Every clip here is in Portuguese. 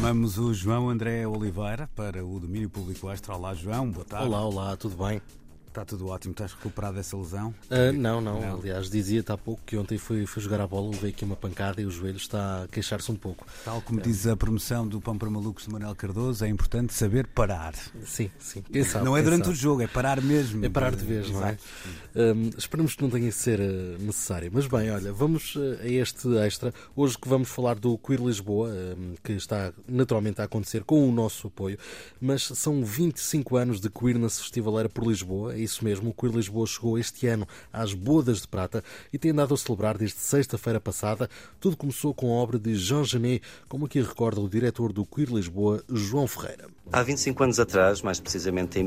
Chamamos o João André Oliveira para o Domínio Público Extra. Olá, João, boa tarde. Olá, tudo bem? Está tudo ótimo, estás recuperado dessa lesão? Não. Aliás, dizia-te há pouco que ontem fui jogar a bola, levei aqui uma pancada e o joelho está a queixar-se um pouco. Tal como diz a promoção do Pão para Malucos de Manuel Cardoso, é importante saber parar. Sim. Quem sabe, não é durante o jogo, é parar mesmo. É parar de vez, não é? Esperamos que não tenha de ser necessário. Mas bem, olha, vamos a este extra. Hoje que vamos falar do Queer Lisboa, que está naturalmente a acontecer com o nosso apoio, mas são 25 anos de Queerness Festivaleira por Lisboa. É isso mesmo, o Queer Lisboa chegou este ano às Bodas de Prata e tem andado a celebrar desde sexta-feira passada. Tudo começou com a obra de Jean Genet, como aqui recorda o diretor do Queer Lisboa, João Ferreira. Há 25 anos atrás, mais precisamente em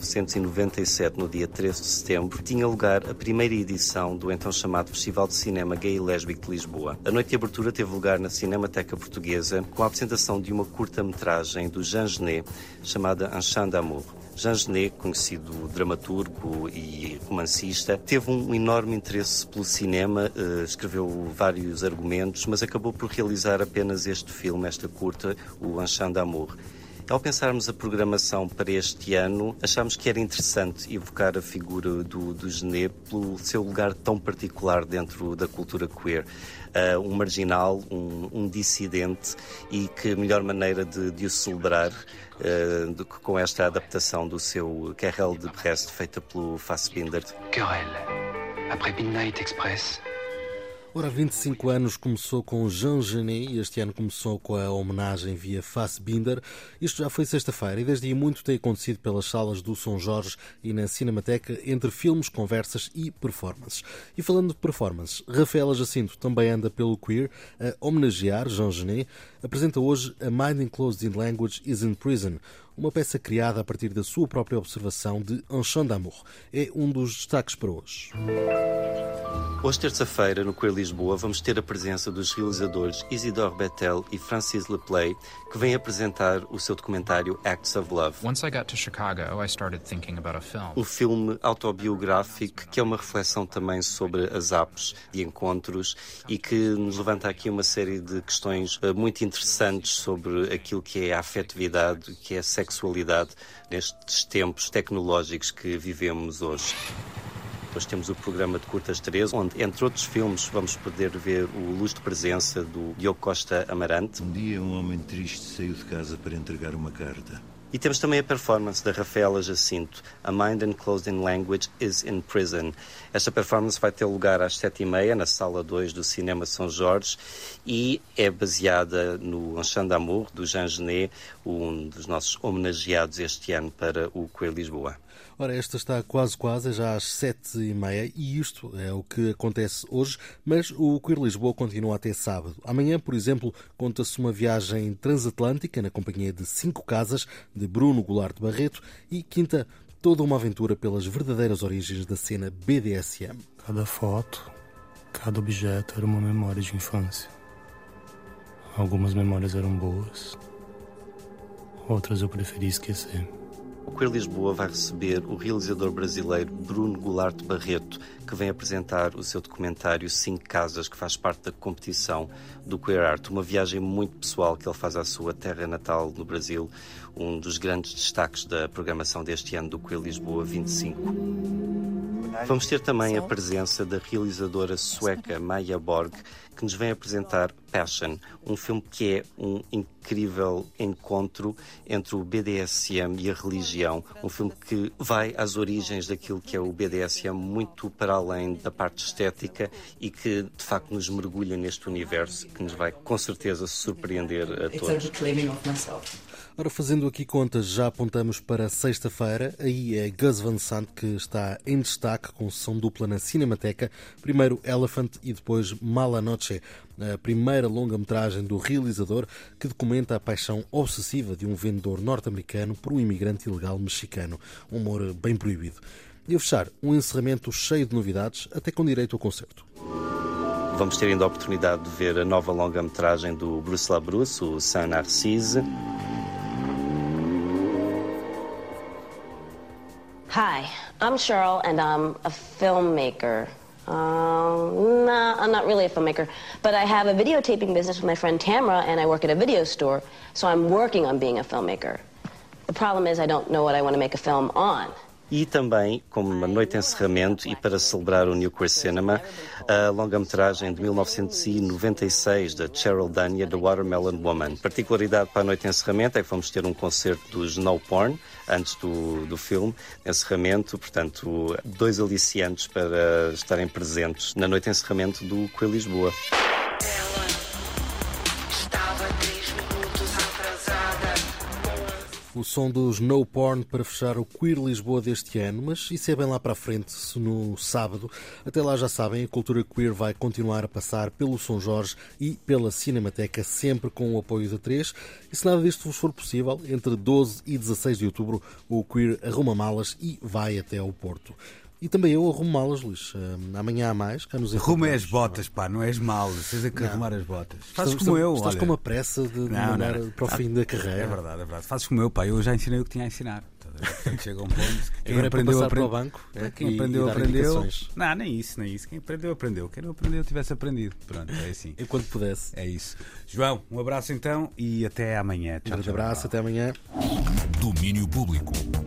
1997, no dia 13 de setembro, tinha lugar a primeira edição do então chamado Festival de Cinema Gay e Lésbico de Lisboa. A noite de abertura teve lugar na Cinemateca Portuguesa com a apresentação de uma curta-metragem do Jean Genet chamada Un Chant d'amour. Jean Genet, conhecido dramaturgo e romancista, teve um enorme interesse pelo cinema, escreveu vários argumentos, mas acabou por realizar apenas este filme, esta curta, o Un Chant d'amour. Ao pensarmos a programação para este ano, achámos que era interessante evocar a figura do Genet pelo seu lugar tão particular dentro da cultura queer. Um marginal, um dissidente, e que melhor maneira de o celebrar do que com esta adaptação do seu Querelle de Brest, feita pelo Fassbinder. Querelle, après Midnight Express. Ora, há 25 anos começou com Jean Genet e este ano começou com a homenagem via Fassbinder. Isto já foi sexta-feira e desde aí muito tem acontecido pelas salas do São Jorge e na Cinemateca, entre filmes, conversas e performances. E falando de performances, Rafaela Jacinto também anda pelo queer a homenagear Jean Genet. Apresenta hoje A Mind Enclosed in Language is in Prison, uma peça criada a partir da sua própria observação de Un Chant d'amour. É um dos destaques para hoje. Hoje, terça-feira, no Queer Lisboa, vamos ter a presença dos realizadores Isidore Bettel e Francis Leplay, que vêm apresentar o seu documentário Acts of Love. Once I got to Chicago, I started thinking about a film. Um filme autobiográfico que é uma reflexão também sobre as apps de encontros e que nos levanta aqui uma série de questões muito interessantes sobre aquilo que é a afetividade, que é a sexualidade nestes tempos tecnológicos que vivemos hoje. Depois temos o programa de curtas 13, onde, entre outros filmes, vamos poder ver o Luz de Presença, do Diogo Costa Amarante. Um dia um homem triste saiu de casa para entregar uma carta. E temos também a performance da Rafaela Jacinto, A Mind Enclosed in Language is in Prison. Esta performance vai ter lugar às 7h30 na Sala 2 do Cinema São Jorge e é baseada no Un Chant d'amour, do Jean Genet, um dos nossos homenageados este ano para o Queer Lisboa. Ora, esta está quase, é já às 7h30 e isto é o que acontece hoje, mas o Queer Lisboa continua até sábado. Amanhã, por exemplo, conta-se uma viagem transatlântica na companhia de 5 casas, de Bruno Goulart de Barreto, e quinta, toda uma aventura pelas verdadeiras origens da cena BDSM. Cada foto, cada objeto era uma memória de infância. Algumas memórias eram boas, outras eu preferi esquecer. O Queer Lisboa vai receber o realizador brasileiro Bruno Goulart de Barreto, que vem apresentar o seu documentário 5 Casas, que faz parte da competição do Queer Art. Uma viagem muito pessoal que ele faz à sua terra natal no Brasil, um dos grandes destaques da programação deste ano do Queer Lisboa 25. Vamos ter também a presença da realizadora sueca Maja Borg, que nos vem apresentar Passion, um filme que é um incrível encontro entre o BDSM e a religião, um filme que vai às origens daquilo que é o BDSM, muito para além da parte estética e que de facto nos mergulha neste universo que nos vai com certeza surpreender a todos. Ora, fazendo aqui contas, já apontamos para sexta-feira. Aí é Gus Van Sant que está em destaque com sessão dupla na Cinemateca. Primeiro Elephant e depois Mala Noche, a primeira longa-metragem do realizador que documenta a paixão obsessiva de um vendedor norte-americano por um imigrante ilegal mexicano. Um humor bem proibido. E a fechar, um encerramento cheio de novidades, até com direito ao concerto. Vamos ter ainda a oportunidade de ver a nova longa-metragem do Bruce LaBruce, o Saint Narcisse. Hi, I'm Cheryl and I'm a filmmaker. No, I'm not really a filmmaker, but I have a videotaping business with my friend Tamara, and I work at a video store, so I'm working on being a filmmaker. The problem is I don't know what I want to make a film on. E também, como uma noite de encerramento e para celebrar o New Queer Cinema, a longa-metragem de 1996 da Cheryl Dunye, The Watermelon Woman. Particularidade para a noite de encerramento é que vamos ter um concerto dos No Porn, antes do filme, encerramento, portanto, 2 aliciantes para estarem presentes na noite de encerramento do Queer Lisboa. O som dos No Porn para fechar o Queer Lisboa deste ano, mas isso é bem lá para a frente, no sábado. Até lá já sabem, a cultura queer vai continuar a passar pelo São Jorge e pela Cinemateca, sempre com o apoio da 3. E se nada disto vos for possível, entre 12 e 16 de outubro, o Queer arruma malas e vai até ao Porto. E também eu arrumo malas, Luís. Amanhã há mais. Arrume as botas, pá, não és malas. Tens que arrumar as botas. Fazes como eu. Estás com uma pressa de mandar para o fim da carreira. É verdade. Fazes como eu, pá. Eu já ensinei o que tinha a ensinar. Chega um ponto. Quem aprendeu, aprendeu. Para o banco, quem aprendeu, aprendeu. Não, nem isso. Quem aprendeu, aprendeu. Quem não aprendeu, tivesse aprendido. Pronto, é assim. Enquanto pudesse. É isso. João, um abraço então e até amanhã. Um grande abraço, até amanhã. Domínio Público.